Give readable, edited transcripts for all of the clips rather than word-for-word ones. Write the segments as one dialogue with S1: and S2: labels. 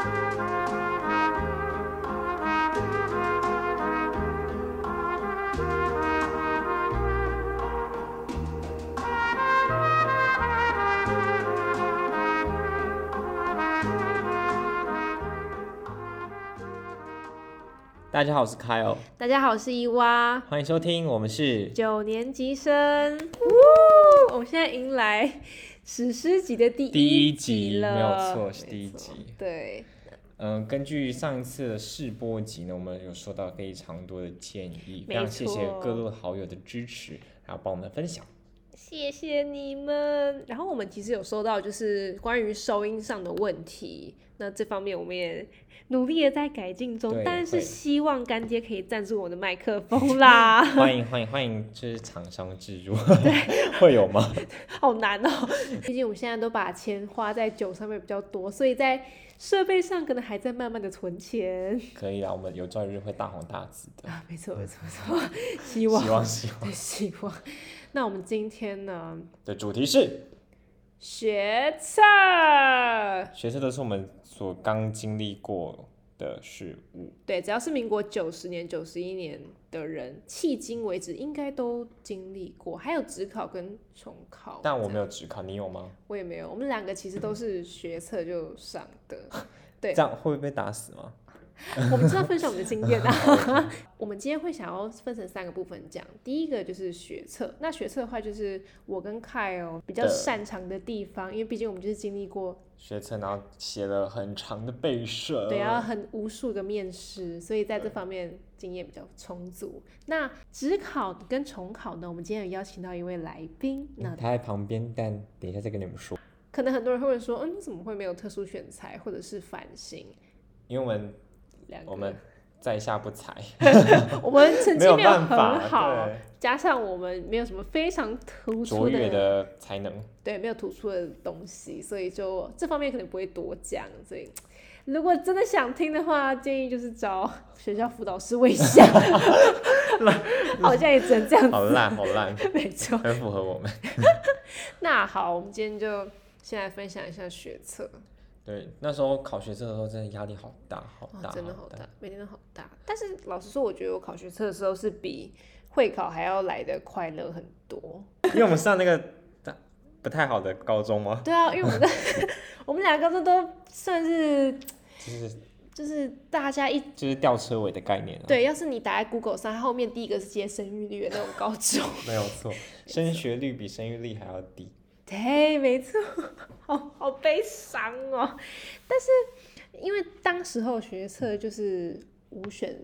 S1: 大家好，我是 Kyle。
S2: 大家好，我是伊娃。
S1: 欢迎收听，我们是
S2: 9年级生。我们现在迎来史诗级的第一集了，
S1: 没有错，是第一集。
S2: 对。
S1: 根据上一次的试播集呢，我们有收到非常多的建议，非常谢谢各路好友的支持，然后帮我们分享。
S2: 谢谢你们。然后我们其实有收到就是关于收音上的问题，那这方面我们也努力的在改进中，但是希望干爹可以赞助我的麦克风啦。
S1: 欢迎，就是厂商置入。会有吗？
S2: 好难哦，毕竟我们现在都把钱花在酒上面比较多，所以在设备上可能还在慢慢的存钱。
S1: 可以啦，我们有朝一日会大红大紫的。
S2: 没错，希望。那我们今天呢
S1: 的主题是
S2: 学测。
S1: 学测都是我们所刚经历过的事物。
S2: 对，只要是民国90年、91年的人，迄今为止应该都经历过，还有指考跟重考。
S1: 但我没有指考，你有吗？
S2: 我也没有，我们两个其实都是学测就上的。对，
S1: 这样会不会被打死吗？
S2: 我们知道分享我们的经验啊。我们今天会想要分成3个部分讲。第一个就是学测，那学测的话就是我跟 Kyle 比较擅长的地方，因为毕竟我们就是经历过
S1: 学测，然后写了很长的备审，
S2: 对，要很无数个面试，所以在这方面经验比较充足。那指考跟重考呢，我们今天有邀请到一位来宾，那
S1: 他在旁边，但等一下再跟你们说。
S2: 可能很多人会问说，你怎么会没有特殊选材或者是反省？
S1: 因为我们在下不才，
S2: 我们成绩没有很好，加上我们没有什么非常突出
S1: 卓越的才能，
S2: 对，没有突出的东西，所以就这方面可能不会多讲。所以如果真的想听的话，建议就是找学校辅导师问一下。好像也只能这样子，
S1: 好烂，
S2: 没错，
S1: 很符合我们。
S2: 那好，我们今天就先来分享一下学测。
S1: 对，那时候考学测的时候，真的压力好大，
S2: 真的好大，每天都好大。但是老实说，我觉得我考学测的时候是比会考还要来的快乐很多。
S1: 因为我们上那个不太好的高中吗？
S2: 对啊，因为我们两个高中都算是就是大家
S1: 就是吊车尾的概念。
S2: 对，要是你打在 Google 上，后面第一个是接生育率的那种高中。
S1: 没有错，升学率比生育率还要低。
S2: 对，没错，好悲伤哦。但是因为当时候学测就是5选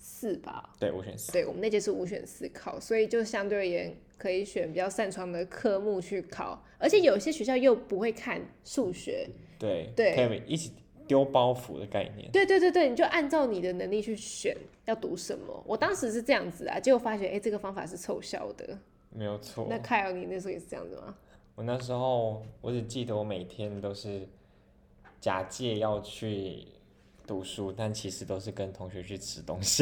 S2: 4吧，
S1: 对，5选4，
S2: 对，我们那届是5选4考，所以就相对而言可以选比较擅长的科目去考，而且有些学校又不会看数学，
S1: 对，可以一起丢包袱的概念。
S2: 对，你就按照你的能力去选要读什么。我当时是这样子啊，结果发觉这个方法是凑效的。
S1: 没有错。
S2: 那Kyle你那时候也是这样子吗？
S1: 我那时候我只记得我每天都是假借要去读书，但其实都是跟同学去吃东西。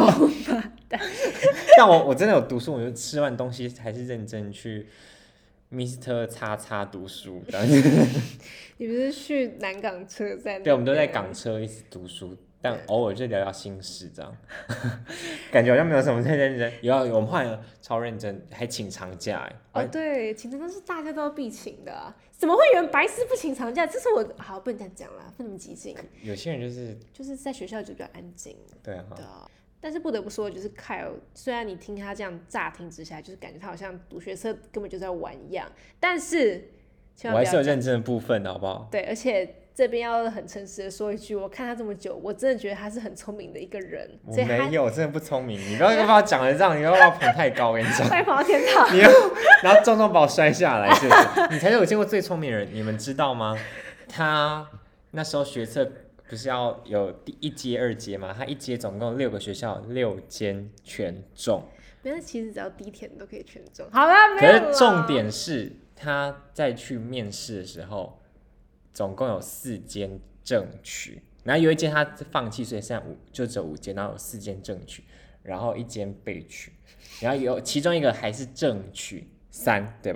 S1: 但我真的有读书，我就吃完东西还是认真去 Mr. 叉叉读书。
S2: 你不是去南港车站？
S1: 对，我们都在港车一起读书，但偶尔就聊聊心事这样。感觉好像没有什么太认真。我们后来超认真，还请长假。
S2: 对，请长假是大家都要必请的啊，怎么会有人白事不请长假？这是我好不能这样讲啦，不那么激进。
S1: 有些人
S2: 就是在学校就比较安静。
S1: 对啊。
S2: 但是不得不说，就是 Kyle， 虽然你听他这样乍听之下，就是感觉他好像读学测根本就在玩一样，但是
S1: 我还是有认真的部分的，好不好？
S2: 对，而且这边要很诚实的说一句，我看他这么久，我真的觉得他是很聪明的一个人。
S1: 我没有，真的不聪明。你不要把我讲的这样，你不要把我捧太高，我跟你讲。
S2: 快跑到天堂！
S1: 然后重重把我摔下来，是不是？你才是我见过最聪明的人，你们知道吗？他那时候学测不是要有第1阶、2阶吗？他1阶总共6个学校，6间全中。
S2: 没有，其实只要低填都可以全中。好啦，没有啦。
S1: 可是重点是他在去面试的时候，总共有4间正取，然后有1间他放弃，所以现在就只有5间，然后有4间正取，然后1间备取，然后其中一个还是正取3，对吧？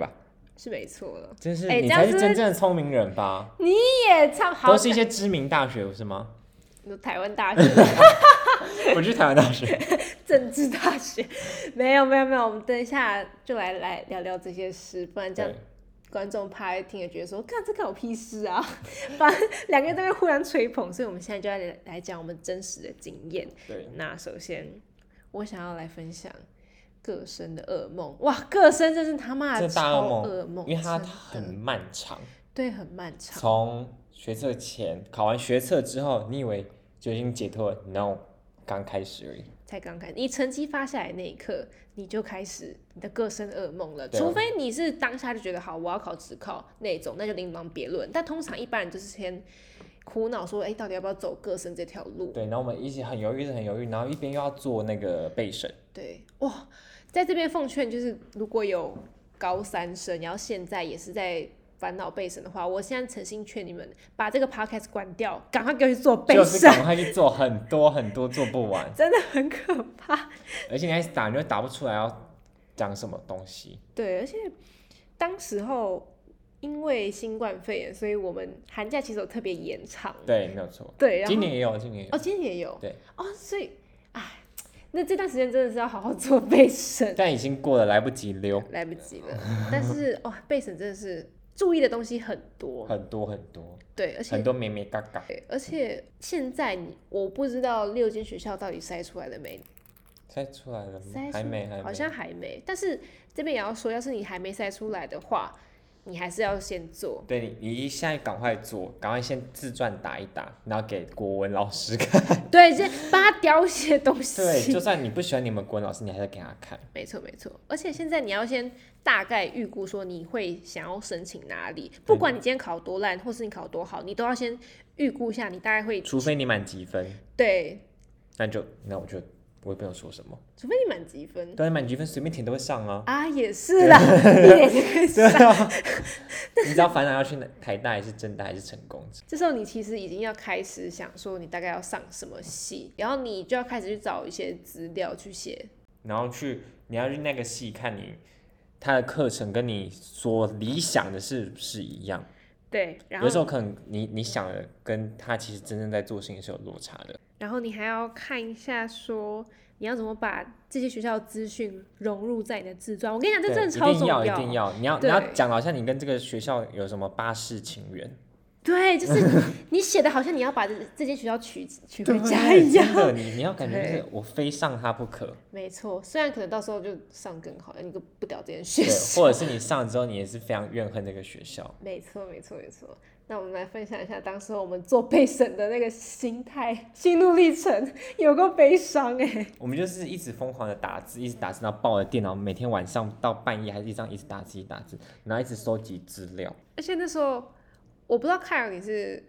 S2: 是没错了。
S1: 真是你才是真正的聪明人吧？
S2: 你也超好，
S1: 都是一些知名大学，不是吗？
S2: 台湾大学，
S1: 我去台湾大学，
S2: 政治大学，没有，我们等一下就来聊聊这些事，不然这样观众怕听了觉得说，干这干我屁事啊！反正两个人在那边互相吹捧，所以我们现在就要来讲我们真实的经验。
S1: 对，
S2: 那首先我想要来分享个生的噩梦，哇，个生真是他妈的超噩梦，
S1: 因为它很漫长，
S2: 对，很漫长。
S1: 从学测前考完学测之后，你以为就已经解脱了 ？No， 刚开始而已。
S2: 才刚开始，你成绩发下来那一刻，你就开始你的个生噩梦了。除非你是当下就觉得好，我要考指考那种，那就另当别论。但通常一般人就是先苦恼说，到底要不要走个生这条路？
S1: 对，然后我们一起很犹豫，然后一边又要做那个备审。
S2: 对，哇，在这边奉劝就是，如果有高三生，然后现在也是在烦恼备审的话，我现在诚心劝你们把这个 podcast 关掉，赶快给我去做备审，
S1: 就是赶快去做很多做不完，
S2: 真的很可怕。
S1: 而且你开始打，你就打不出来要讲什么东西。
S2: 对，而且当时候因为新冠肺炎，所以我们寒假其实有特别延长。
S1: 对，没有错。
S2: 对，
S1: 今年也有，
S2: 今年也有。
S1: 对，
S2: 所以，那这段时间真的是要好好做备审。
S1: 但已经过了，来不及溜。
S2: 来不及了。但是备审真的是注意的东西很多。
S1: 很多。
S2: 对，而且
S1: 很多咩咩嘎嘎。
S2: 而且现在我不知道6间学校到底筛出来了没？
S1: 筛出来了吗？还没，
S2: 好像还没。但是这边也要说，要是你还没筛出来的话，你还是要先做。
S1: 对，你现在赶快做，赶快先自传打一打，然后给国文老师看。
S2: 对，先帮他雕一些东西。
S1: 对，就算你不喜欢你们国文老师，你还是给他看。
S2: 没错。而且现在你要先大概预估说你会想要申请哪里，不管你今天考多烂，或是你考多好，你都要先预估一下你大概会。
S1: 除非你满积分。
S2: 对。
S1: 那我就我也不能说什么。
S2: 除非你满积分。
S1: 对，满积分随便填都会上啊。
S2: 也是啦，一点就可以上。
S1: 对啊。你只要烦恼要去台大还是政大还是成功。
S2: 这时候你其实已经要开始想说你大概要上什么系，然后你就要开始去找一些资料去写。
S1: 然后你要去那个系看他的课程跟你所理想的是不是一样。
S2: 对，然后
S1: 有时候可能你想的跟他其实真正在做事情是有落差的。
S2: 然后你还要看一下说你要怎么把这些学校的资讯融入在你的自传。我跟你讲，这真的超重要。
S1: 一定要，你要讲好像你跟这个学校有什么巴士情缘。
S2: 对，就是你写的好像你要把这间学校娶回家一样。
S1: 真的，你要感觉就是我非上它不可。
S2: 没错，虽然可能到时候就上更好，你不屌这间学校。
S1: 或者是你上了之后你也是非常怨恨这个学校。
S2: 没错。那我们来分享一下当时我们做备审的那个心态、心路历程，有够悲伤哎。
S1: 我们就是一直疯狂的打字，然后抱着电脑，每天晚上到半夜还是一直打字，然后一直收集资料。
S2: 而且那时候我不知道凯尔你是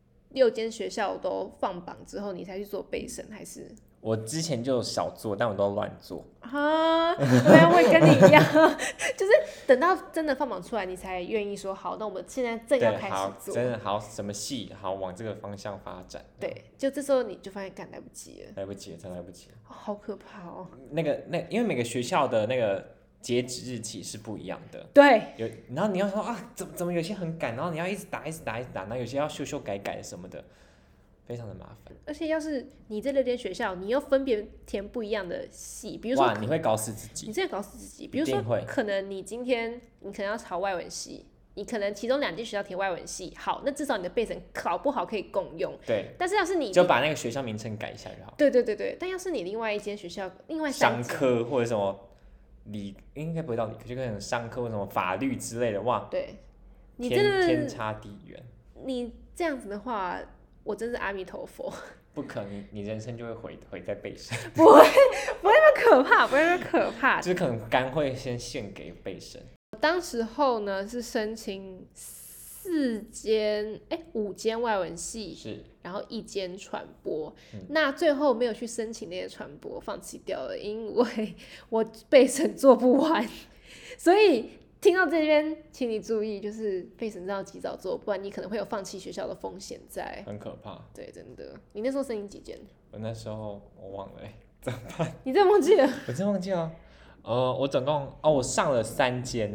S2: 6间学校都放榜之后你才去做备审，还是？
S1: 我之前就少做，但我都乱做。
S2: 我也跟你一样，就是等到真的放榜出来，你才愿意说好，那我们现在正要开始做。
S1: 真的好，什么系好往这个方向发展。
S2: 对，就这时候你就发现干来不及了。
S1: 来不及了，真来不及了。
S2: 好可怕哦。
S1: 因为每个学校的那个截止日期是不一样的。
S2: 对。
S1: 然后你要说怎么有些很赶，然后你要一直打，然后有些要修改什么的。非常的麻烦。
S2: 而且要是你这6间学校，你又分别填不一样的系，比如说
S1: 你会搞死自己。
S2: 你真的搞死自己。比如说可能你今天你可能要考外文系，你可能其中2间学校填外文系，好，那至少你的备审考不好可以共用。
S1: 对。
S2: 但是要是你
S1: 就把那个学校名称改一下就好。
S2: 对。但要是你另外一间学校，另外3间
S1: 商科或者什么应该不会到理科，就可能商科或什么法律之类的，哇，
S2: 对，你真的
S1: 天差地远。
S2: 你这样子的话，我真是阿弥陀佛。
S1: 不可能，你人生就会毁在备审。
S2: 不会那么可怕，
S1: 就是可能肝会先献给备审。
S2: 当时候呢是申请5间外文系，
S1: 是，
S2: 然后1间传播。那最后没有去申请那些传播，放弃掉了，因为我备审做不完，所以。听到这边，请你注意，就是备审真的要及早做，不然你可能会有放弃学校的风险在。
S1: 很可怕。
S2: 对，真的。你那时候申请几间？
S1: 我那时候我忘了怎么办？
S2: 你真的忘记了？
S1: 我真忘记了。我总共我上了3间呐，我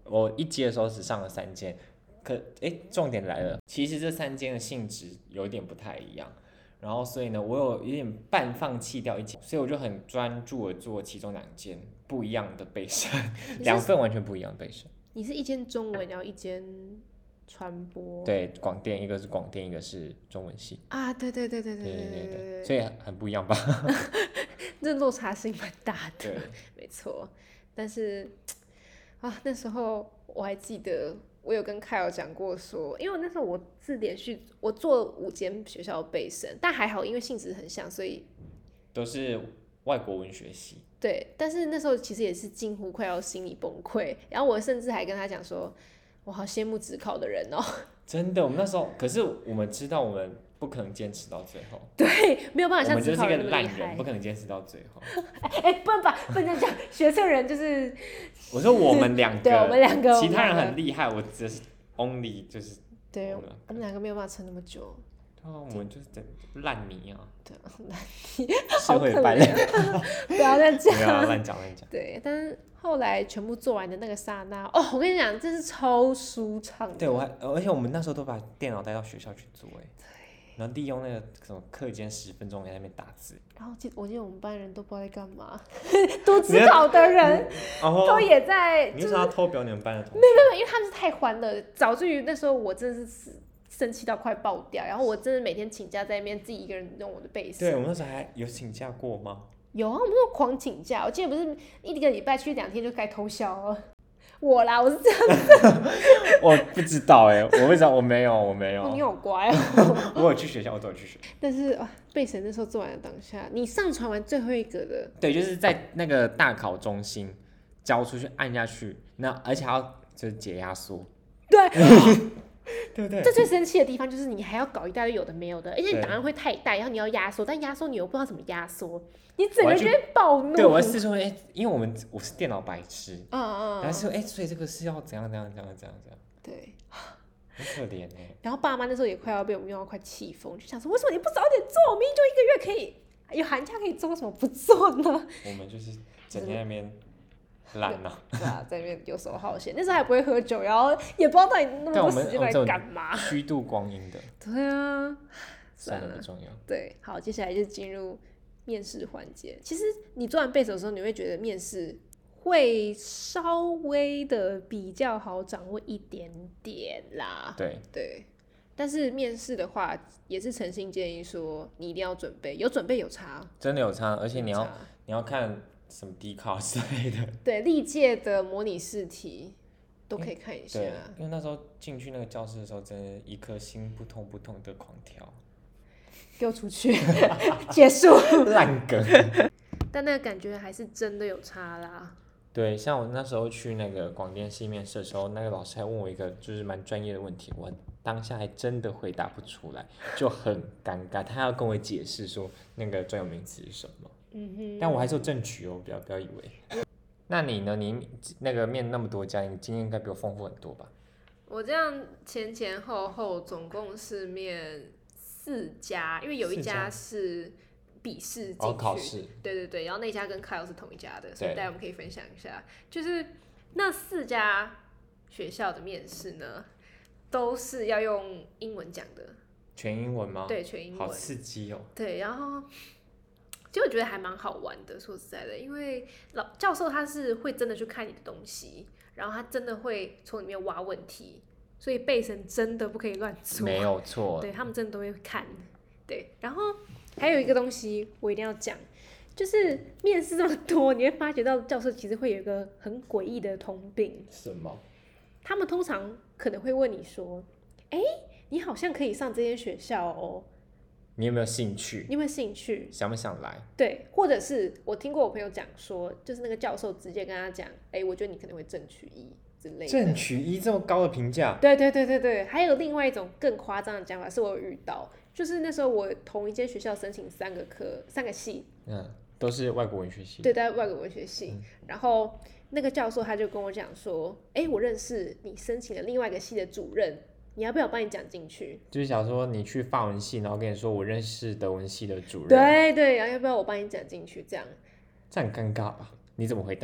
S1: 我一阶的时候只上了3间，重点来了，其实这3间的性质有点不太一样。然后所以呢，我有点半放弃掉1间，所以我就很专注的做其中2间不一样的备审，2份完全不一样的备审。
S2: 你是一间中文，然后一间传播？
S1: 对，广电一个是广电，一个是中文系
S2: 啊，对，
S1: 所以很不一样吧？
S2: 这落差是蛮大的，
S1: 对，
S2: 没错。但是那时候我还记得，我有跟凯尔讲过说，因为那时候我是连续我做5间学校的备审，但还好，因为性质很像，所以
S1: 都是外国文学系。
S2: 对，但是那时候其实也是近乎快要心理崩溃，然后我甚至还跟他讲说，我好羡慕指考的人哦。
S1: 真的，我们那时候，可是我们知道我们不可能坚持到最后。
S2: 对，没有办法像
S1: 我们就是一
S2: 指考人那么
S1: 个烂人，
S2: 厉害。
S1: 不可能坚持到最后。
S2: 不能讲学测人就是。
S1: 我说我们2个，
S2: 对，我们2个，
S1: 其他人很厉害，我只是 only 就是。
S2: 对，我们2个没有办法撑那么久。
S1: 对啊，我们就是烂泥啊。
S2: 对，烂泥，
S1: 社会败类。
S2: 不要再讲。
S1: 不要乱讲。
S2: 对，但是后来全部做完的那个刹那，我跟你讲，这是超舒畅的。
S1: 对，而且我们那时候都把电脑带到学校去做，然后利用那个什么课间10分钟在那边打字。
S2: 然后我记得我们班人都不知道在干嘛，读指考的人都也在。
S1: 你为什么要偷表你们班的同学？
S2: 没有，因为他们是太欢乐，导致于那时候我真的是生气到快爆掉，然后我真的每天请假在那边自己一个人弄我的备审。
S1: 对，我们那时候还有请假过吗？
S2: 有啊，我们那时候狂请假，我记得不是1个礼拜去2天就该偷笑了。我是这样子。
S1: 我不知道我不知道，我没有。
S2: 你好乖
S1: 我有去学校，我都有去学校。
S2: 但是备审那时候做完的当下，你上传完最后一个的。
S1: 对，就是在那个大考中心交出去，按下去，那而且还要就是解压缩。
S2: 对。
S1: 对不对？
S2: 这最生气的地方就是你还要搞一大堆有的没有的，而且你档案会太大，然后你要压缩，但压缩你又不知道怎么压缩，你整个人就会暴怒。
S1: 对，我是说，因为我是电脑白痴，
S2: 然
S1: 后说，所以这个是要怎样。
S2: 对，
S1: 很可怜
S2: 然后爸妈那时候也快要被我们用到快气疯，就想说为什么你不早点做？我明明就1个月可以有寒假可以做，为什么不做呢？
S1: 我们就是整天在那边懒啊。
S2: 对啊，在那边游手好闲，那时候还不会喝酒，然后也不知道到底那么多时间来干嘛。
S1: 虚度光阴的。
S2: 对啊，
S1: 算了，不重要。
S2: 对，好，接下来就进入面试环节。其实你做完备审的时候，你会觉得面试会稍微的比较好掌握一点点啦。对，但是面试的话，也是诚心建议说，你一定要准备，有准备有差，
S1: 真的有差，而且你要看什么Dcard之类的。
S2: 对，历届的模拟试题都可以看一下。
S1: 对，因为那时候进去那个教室的时候，真的一颗心扑通扑通的狂跳。
S2: 给我出去，结束。
S1: 烂梗。
S2: 但那个感觉还是真的有差啦。
S1: 对，像我那时候去那个广电系面试的时候，那个老师还问我一个就是蛮专业的问题，我当下还真的回答不出来，就很尴尬。他要跟我解释说那个专有名词是什么。但我还是有正取哦，不要以为。那你呢？你那个面那么多家，你经验应该比我丰富很多吧？
S2: 我这样前后总共是面4家，因为有1家是笔试进去，
S1: 考试。
S2: 对，然后那家跟 Kyle 是同一家的，所以大家我们可以分享一下，就是那4家学校的面试呢，都是要用英文讲的。
S1: 全英文吗？
S2: 对，全英文。
S1: 好刺激哦。
S2: 对，然后其实我觉得还蛮好玩的，说实在的，因为教授他是会真的去看你的东西，然后他真的会从里面挖问题，所以备审真的不可以乱做。
S1: 没有错。
S2: 对，他们真的都会看。对，然后还有一个东西我一定要讲，就是面试这么多，你会发觉到教授其实会有一个很诡异的通病。
S1: 什么？
S2: 他们通常可能会问你说：“你好像可以上这间学校哦。”
S1: 你有没有兴趣？
S2: 你有没有兴趣？
S1: 想不想来？
S2: 对，或者是我听过我朋友讲说，就是那个教授直接跟他讲，我觉得你可能会正取1之类的。
S1: 正取1这么高的评价？
S2: 对，还有另外一种更夸张的讲法，是我有遇到，就是那时候我同一间学校申请3个系，
S1: 都是外国文学系。
S2: 对，在外国文学系，然后那个教授他就跟我讲说，我认识你申请的另外一个系的主任。你要不要帮你讲进去？
S1: 就是想说你去法文系，然后跟你说我认识德文系的主任。
S2: 对，然后要不要我帮你讲进去？这样
S1: 很尴尬吧？你怎么回答？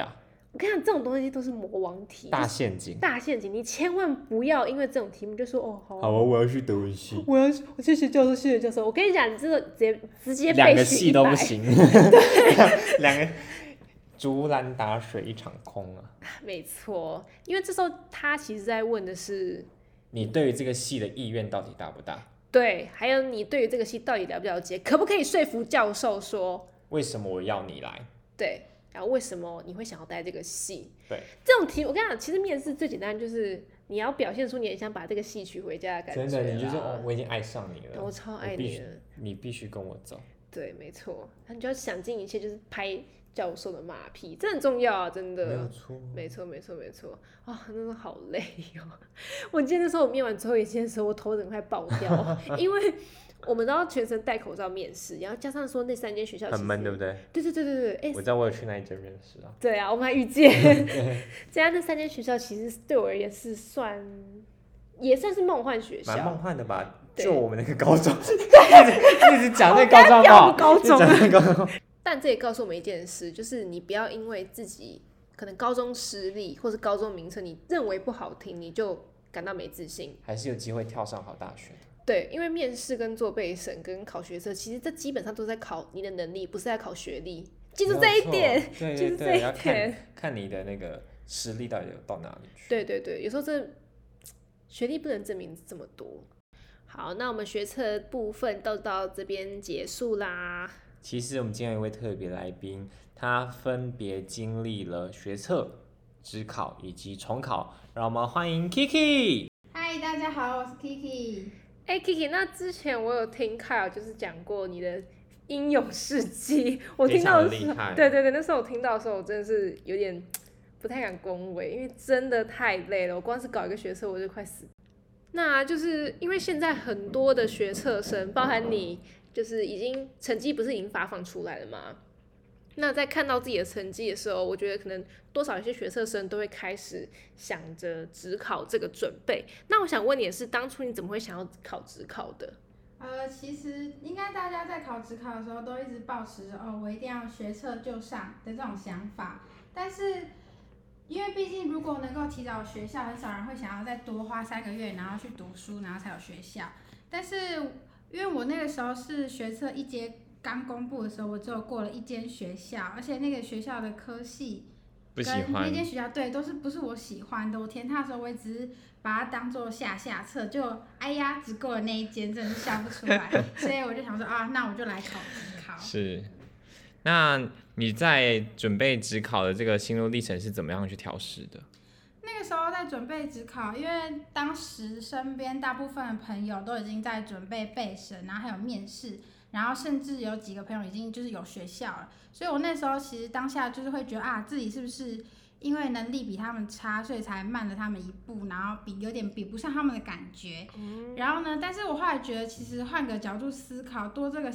S2: 我跟你讲，这种东西都是魔王题，
S1: 大陷阱，
S2: 大陷阱，你千万不要因为这种题目就说哦好
S1: 好，我要去德文系，
S2: 我谢谢教授，谢谢教授。我跟你讲，你这个直接
S1: 两个
S2: 背
S1: 系都不行，对，两个竹篮打水一场空啊。
S2: 没错，因为这时候他其实在问的是
S1: 你对于这个系的意愿到底大不大？
S2: 对，还有你对于这个系到底了不了解，可不可以说服教授说
S1: 为什么我要你来？
S2: 对，然后为什么你会想要带这个系？
S1: 对，
S2: 这种题我跟你讲，其实面试最简单就是你要表现出你很想把这个戏娶回家的感觉。
S1: 真的，你就说哦，我已经爱上你了，
S2: 我超爱你了，
S1: 你必须跟我走。
S2: 对，没错，那你就要想尽一切，就是拍教授的马屁，这很重要啊，真的。
S1: 没有错，
S2: 没错，没错，没错。啊，真的好累哦！我记得那时候我面完最后一件的时候，我头整个快爆掉，因为我们都要全程戴口罩面试，然后加上说那3间学校
S1: 很闷，对不对？
S2: 对对对对对，
S1: 我知道我有去那一间面试啊。
S2: 对啊，我们还遇见。这样那3间学校其实对我而言是也算是梦幻学校，
S1: 蛮梦幻的吧？就我们那个高中，一直讲那个高中好不好？高中。
S2: 但这也告诉我们一件事，就是你不要因为自己可能高中失利或是高中名称你认为不好听，你就感到没自信，
S1: 还是有机会跳上好大学。
S2: 对，因为面试跟做备审跟考学测，其实这基本上都在考你的能力，不是在考学历。记住这一点，
S1: 对
S2: 记住这一
S1: 要
S2: 点，
S1: 看你的那个实力到底有到哪里去。
S2: 对对对，有时候这学历不能证明这么多。好，那我们学测部分都到这边结束啦。
S1: 其实我们今天有一位特别来宾，他分别经历了学测、指考以及重考，让我们欢迎 Kiki。
S3: 嗨，大家好，我是 Kiki。
S2: Kiki， 那之前我有听 Kyle 就是讲过你的英勇事迹，我听到的时候，对对对，那时候我听到的时候，我真的是有点不太敢恭维，因为真的太累了，我光是搞一个学测我就快死。那就是因为现在很多的学测生，包含你。就是成绩不是已经发放出来了吗？那在看到自己的成绩的时候，我觉得可能多少有些学测生都会开始想着指考这个准备。那我想问你的是，当初你怎么会想要考指考的？
S3: 其实应该大家在考指考的时候都一直抱持着我一定要学测就上的这种想法。但是因为毕竟如果能够提早学校，很少人会想要再多花3个月，然后去读书，然后才有学校。但是因为我那个时候是学测一阶刚公布的时候，我只有过了1间学校，而且那个学校的科系跟那间学校对都是不是我喜欢的。我填它的时候，我也只是把它当做下册，就哎呀，只过了那1间，真的是笑不出来。所以我就想说那我就来考指考。
S1: 是，那你在准备指考的这个心路历程是怎么样去调试的？
S3: 那个时候在准备指考，因为当时身边大部分的朋友都已经在准备备审，然后还有面试，然后甚至有几个朋友已经就是有学校了，所以我那时候其实当下就是会觉得自己是不是因为能力比他们差，所以才慢了他们一步，然后有点比不上他们的感觉。然后呢，但是我后来觉得其实换个角度思考，多这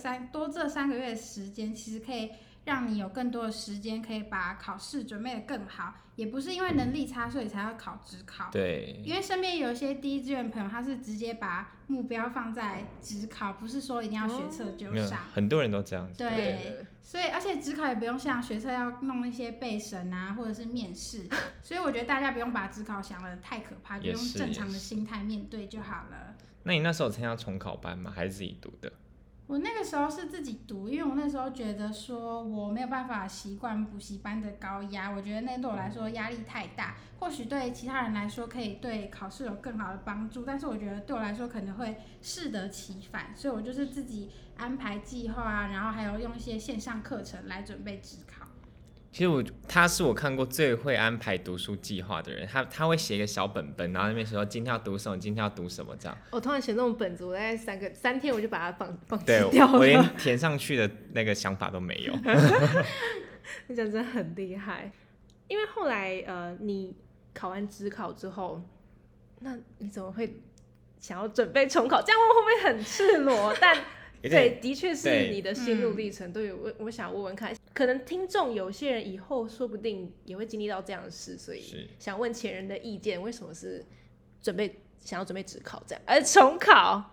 S3: 3个月的时间，其实可以让你有更多的时间可以把考试准备得更好，也不是因为能力差所以才要考指考。
S1: 对，
S3: 因为身边有一些第一志愿朋友，他是直接把目标放在指考，不是说一定要学测就上。
S1: 很多人都这样子。
S3: 对，所以而且指考也不用像学测要弄一些备审啊，或者是面试，所以我觉得大家不用把指考想得太可怕，就用正常的心态面对就好了。
S1: 那你那时候参加重考班吗？还是自己读的？
S3: 我那个时候是自己读，因为我那时候觉得说我没有办法习惯补习班的高压，我觉得那对我来说压力太大。或许对其他人来说可以对考试有更好的帮助，但是我觉得对我来说可能会适得其反，所以我就是自己安排计划啊，然后还有用一些线上课程来准备指考。
S1: 其实他是我看过最会安排读书计划的人，他会写一个小本本，然后那边说今天要读什么，今天要读什么这样。
S2: 我通常写那种本子，我大概3天我就把它放弃
S1: 掉了。对，我连填上去的那个想法都没有。
S2: 你讲真的很厉害，因为后来你考完指考之后，那你怎么会想要准备重考？这样会不会很赤裸？但对，的确是你的心路历程。对，我想问问看，可能听众有些人以后说不定也会经历到这样的事，所以想问前人的意见，为什么是想要准备指考这样，而重考？
S3: 因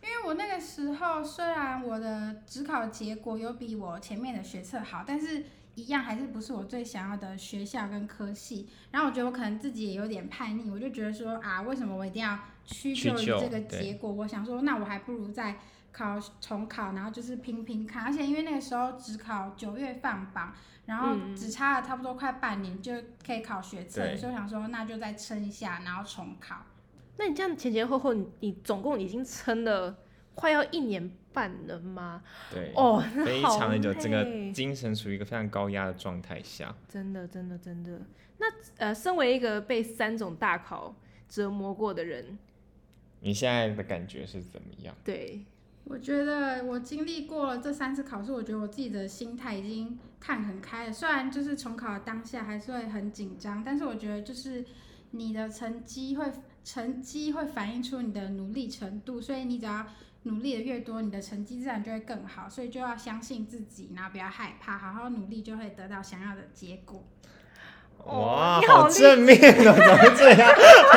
S3: 因为我那个时候虽然我的指考结果有比我前面的学测好，但是一样还是不是我最想要的学校跟科系。然后我觉得我可能自己也有点叛逆，我就觉得说啊，为什么我一定要屈就于这个结果？我想说，那我还不如再重考，然后就是拼拼看。而且因为那个时候只考9月放榜，然后只差了差不多快半年就可以考学测，所以我想说那就再撑一下，然后重考。
S2: 那你这样前后后，你总共已经撑了快要1年半了吗？
S1: 对，
S2: 哦，
S1: 非常久，整个精神处于一个非常高压的状态下。
S2: 真的。那身为一个被3种大考折磨过的人，
S1: 你现在的感觉是怎么样？
S2: 对，
S3: 我觉得我经历过了这3次考试，我觉得我自己的心态已经看很开了。虽然就是重考的当下还是会很紧张，但是我觉得就是你的成绩会反映出你的努力程度，所以你只要努力的越多，你的成绩自然就会更好。所以就要相信自己，然后不要害怕，好好努力就会得到想要的结果。
S1: 哇，好正面哦，怎么会这样？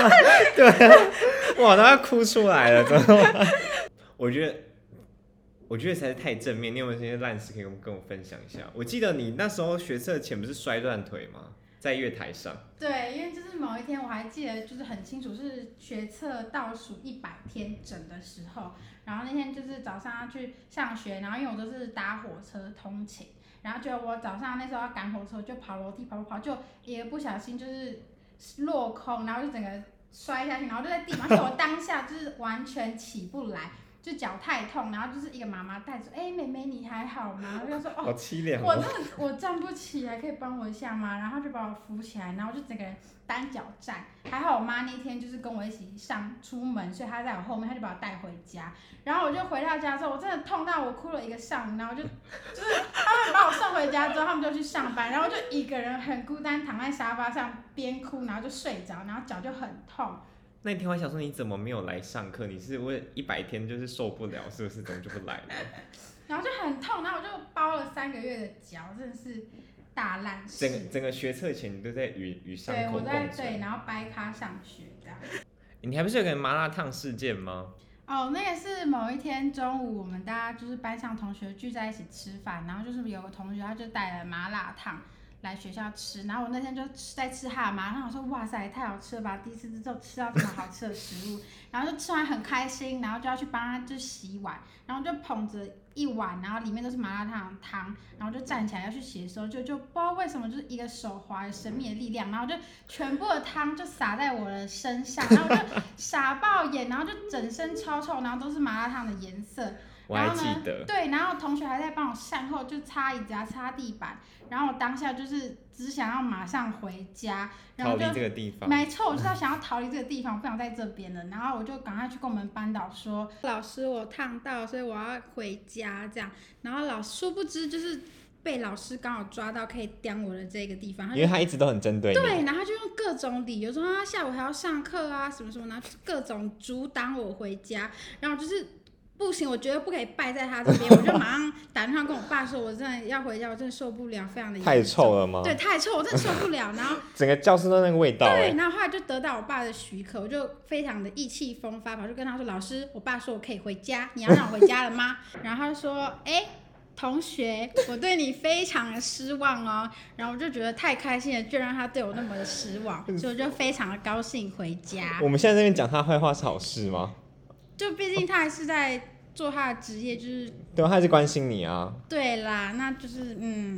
S1: 对，哇，都要哭出来了，怎么？我觉得实在是太正面。你有没有这些烂事可以跟我分享一下？我记得你那时候学测前不是摔断腿吗？在月台上。
S3: 对，因为就是某一天我还记得就是很清楚，是学测倒数100天整的时候，然后那天就是早上要去上学，然后因为我都是搭火车通勤，然后就我早上那时候要赶火车，就跑楼梯跑，就一个不小心就是落空，然后就整个摔下去，然后就在地上，而且我当下就是完全起不来。就脚太痛，然后就是一个妈妈带着，妹妹你还好吗？我就说
S1: 好凄凉
S3: 我真的我站不起来，可以帮我一下吗？然后就把我扶起来，然后就整个人单脚站。还好我妈那天就是跟我一起出门，所以她在我后面，她就把我带回家。然后我就回到家之后，我真的痛到我哭了1个上午，然后就是他们把我送回家之后，他们就去上班，然后就一个人很孤单躺在沙发上边哭，然后就睡着，然后脚就很痛。
S1: 那天我想说你怎么没有来上课？你是为100天就是受不了，是不是？怎么就不来了？
S3: 然后就很痛，然后我就包了3个月的脚，真的是大烂事。
S1: 整个学测前你都在与伤口共存。
S3: 对，我在然后掰咖上学这样。
S1: 你还不是有个麻辣烫事件吗？
S3: 哦，那个是某一天中午，我们大家就是班上同学聚在一起吃饭，然后就是有个同学他就带了麻辣烫来学校吃，然后我那天就在吃他的麻辣烫，我说哇塞太好吃了吧，第一次吃到这么好吃的食物，然后就吃完很开心，然后就要去帮他就洗碗，然后就捧着一碗，然后里面都是麻辣烫的汤，然后就站起来要去洗的时候，就不知道为什么就是一个手滑的神秘的力量，然后就全部的汤就洒在我的身上，然后我就傻爆眼，然后就整身超臭，然后都是麻辣烫的颜色。
S1: 我还记得。
S3: 对，然后同学还在帮我善后，就擦椅子啊、擦地板，然后我当下就是只想要马上回家，然后
S1: 逃离这个地方。
S3: 没错，我就是想要逃离这个地方，我不想在这边了。然后我就赶快去跟我们班导说，老师我烫到，所以我要回家这样。然后殊不知就是被老师刚好抓到可以刁我的这个地方，
S1: 因为他一直都很针对你。
S3: 对，然后他就用各种理由说他下午还要上课啊什么什么，然后各种阻挡我回家，然后就是不行，我绝对不可以败在他这边，我就马上打电话跟我爸说，我真的要回家，我真的受不了，非常的严重。
S1: 太臭了吗？
S3: 对，太臭，我真的受不了。然后
S1: 整个教室都那个味道。
S3: 对，然后后来就得到我爸的许可，我就非常的意气风发，跑去跟他说，老师，我爸说我可以回家，你要让我回家了吗？然后他就说，同学，我对你非常的失望哦。然后我就觉得太开心了，居然让他对我那么的失望，所以我就非常的高兴回家。
S1: 我们现在这边讲他坏话是好事吗？
S3: 就毕竟他还是在做他的职业，就是
S1: 对，他还是关心你啊。
S3: 对啦，那就是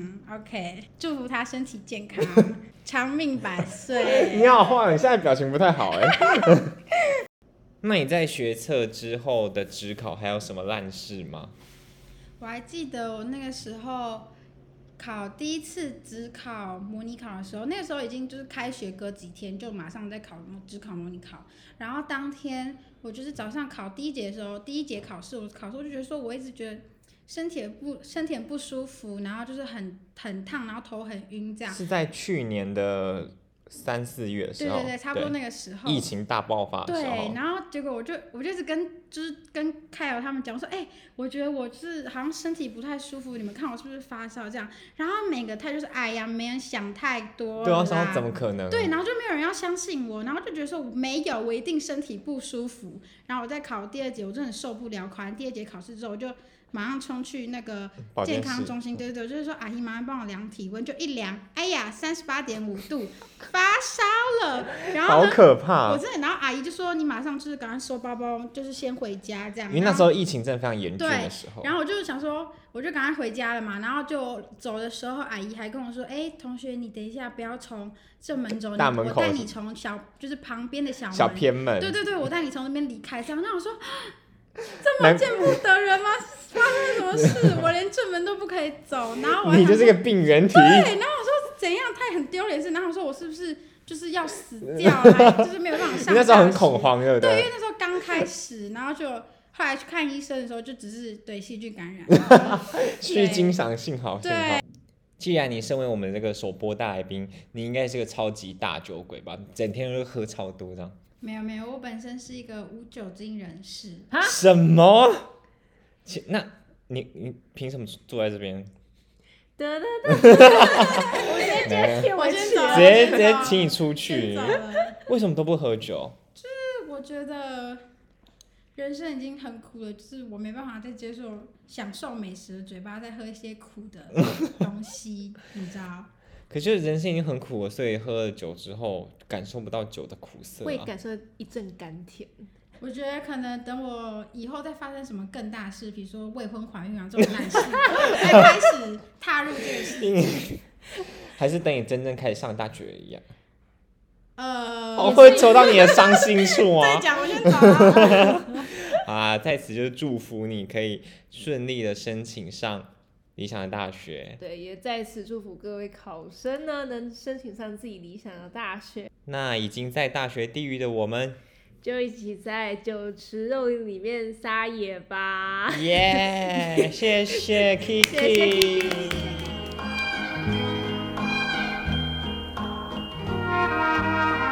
S3: OK， 祝福他身体健康，长命百岁。
S1: 你好坏，你现在表情不太好哎。那你在学测之后的指考还有什么烂事吗？
S3: 我还记得我那个时候考第一次指考模拟考的时候，那个时候已经就是开学隔几天就马上在指考模拟考，然后当天我就是早上考第一节的时候，第一节考试我考试我就觉得说我一直觉得身体很不舒服，然后就是很烫，然后头很晕这样。
S1: 是在去年的 3、4月的时候，
S3: 对，差不多那个时候，
S1: 疫情大爆发的时候。
S3: 对，然后结果我就是跟凯尔他们讲说，我觉得我是好像身体不太舒服，你们看我是不是发烧这样？然后每个他就是哎呀，没人想太多
S1: 对啊，
S3: 啦，
S1: 怎么可能？
S3: 对，然后就没有人要相信我，然后就觉得说没有，我一定身体不舒服。然后我在考第2节，我真的受不了。考完第2节考试之后，我就马上冲去那个健康中心，对，就是说阿姨马上帮我量体温，就一量，哎呀，38.5度，发烧了。然后
S1: 好可怕！
S3: 我真的，然后阿姨就说你马上就是赶快收包包，就是先回家这样。
S1: 因为那时候疫情真的非常严峻的时候。
S3: 然后我就想说，我就赶快回家了嘛。然后就走的时候，阿姨还跟我说，同学，你等一下不要从正门走，
S1: 大门口，
S3: 我带你从就是旁边的小
S1: 偏门。
S3: 对，我带你从那边离开。这样，那我说。这么见不得人吗？发生什么事？我连正门都不可以走，然后
S1: 你就是个病原体。
S3: 对，然后我说怎样？他也很丢脸是，然后我说我是不是就是要死掉，还就是没有办法上。
S1: 你那时候很恐慌，对不
S3: 对？对，因为那时候刚开始，然后就后来去看医生的时候，就只是对细菌感染。
S1: 虚惊赏，幸好。既然你身为我们这个首播大来宾，你应该是个超级大酒鬼吧？整天都喝超多这样。
S3: 没有，我本身是一个无酒精人士。
S1: 什么？那你凭什么坐在这边？
S2: 我
S1: 直接请你出去。为什么都不喝酒？
S3: 就是我觉得人生已经很苦了，就是我没办法再接受享受美食的嘴巴再喝一些苦的东西，你知道？
S1: 可是人生已经很苦了，所以喝了酒之后感受不到酒的苦涩，
S2: 会感受一阵甘甜。
S3: 我觉得可能等我以后再发生什么更大事，比如说未婚怀孕啊这种烂事，再开始踏入这个事情。
S1: 还是等你真正开始上大学一样。
S3: 我
S1: 会戳到你的伤心处啊！
S3: 再讲，我先走
S1: 啊，在此就是祝福你可以顺利的申请上理想的大学。
S2: 对，也在此祝福各位考生呢，能申请上自己理想的大学。
S1: 那已经在大学地狱的我们，
S2: 就一起在酒池肉林里面撒野吧！
S1: 耶，谢谢 Kiki。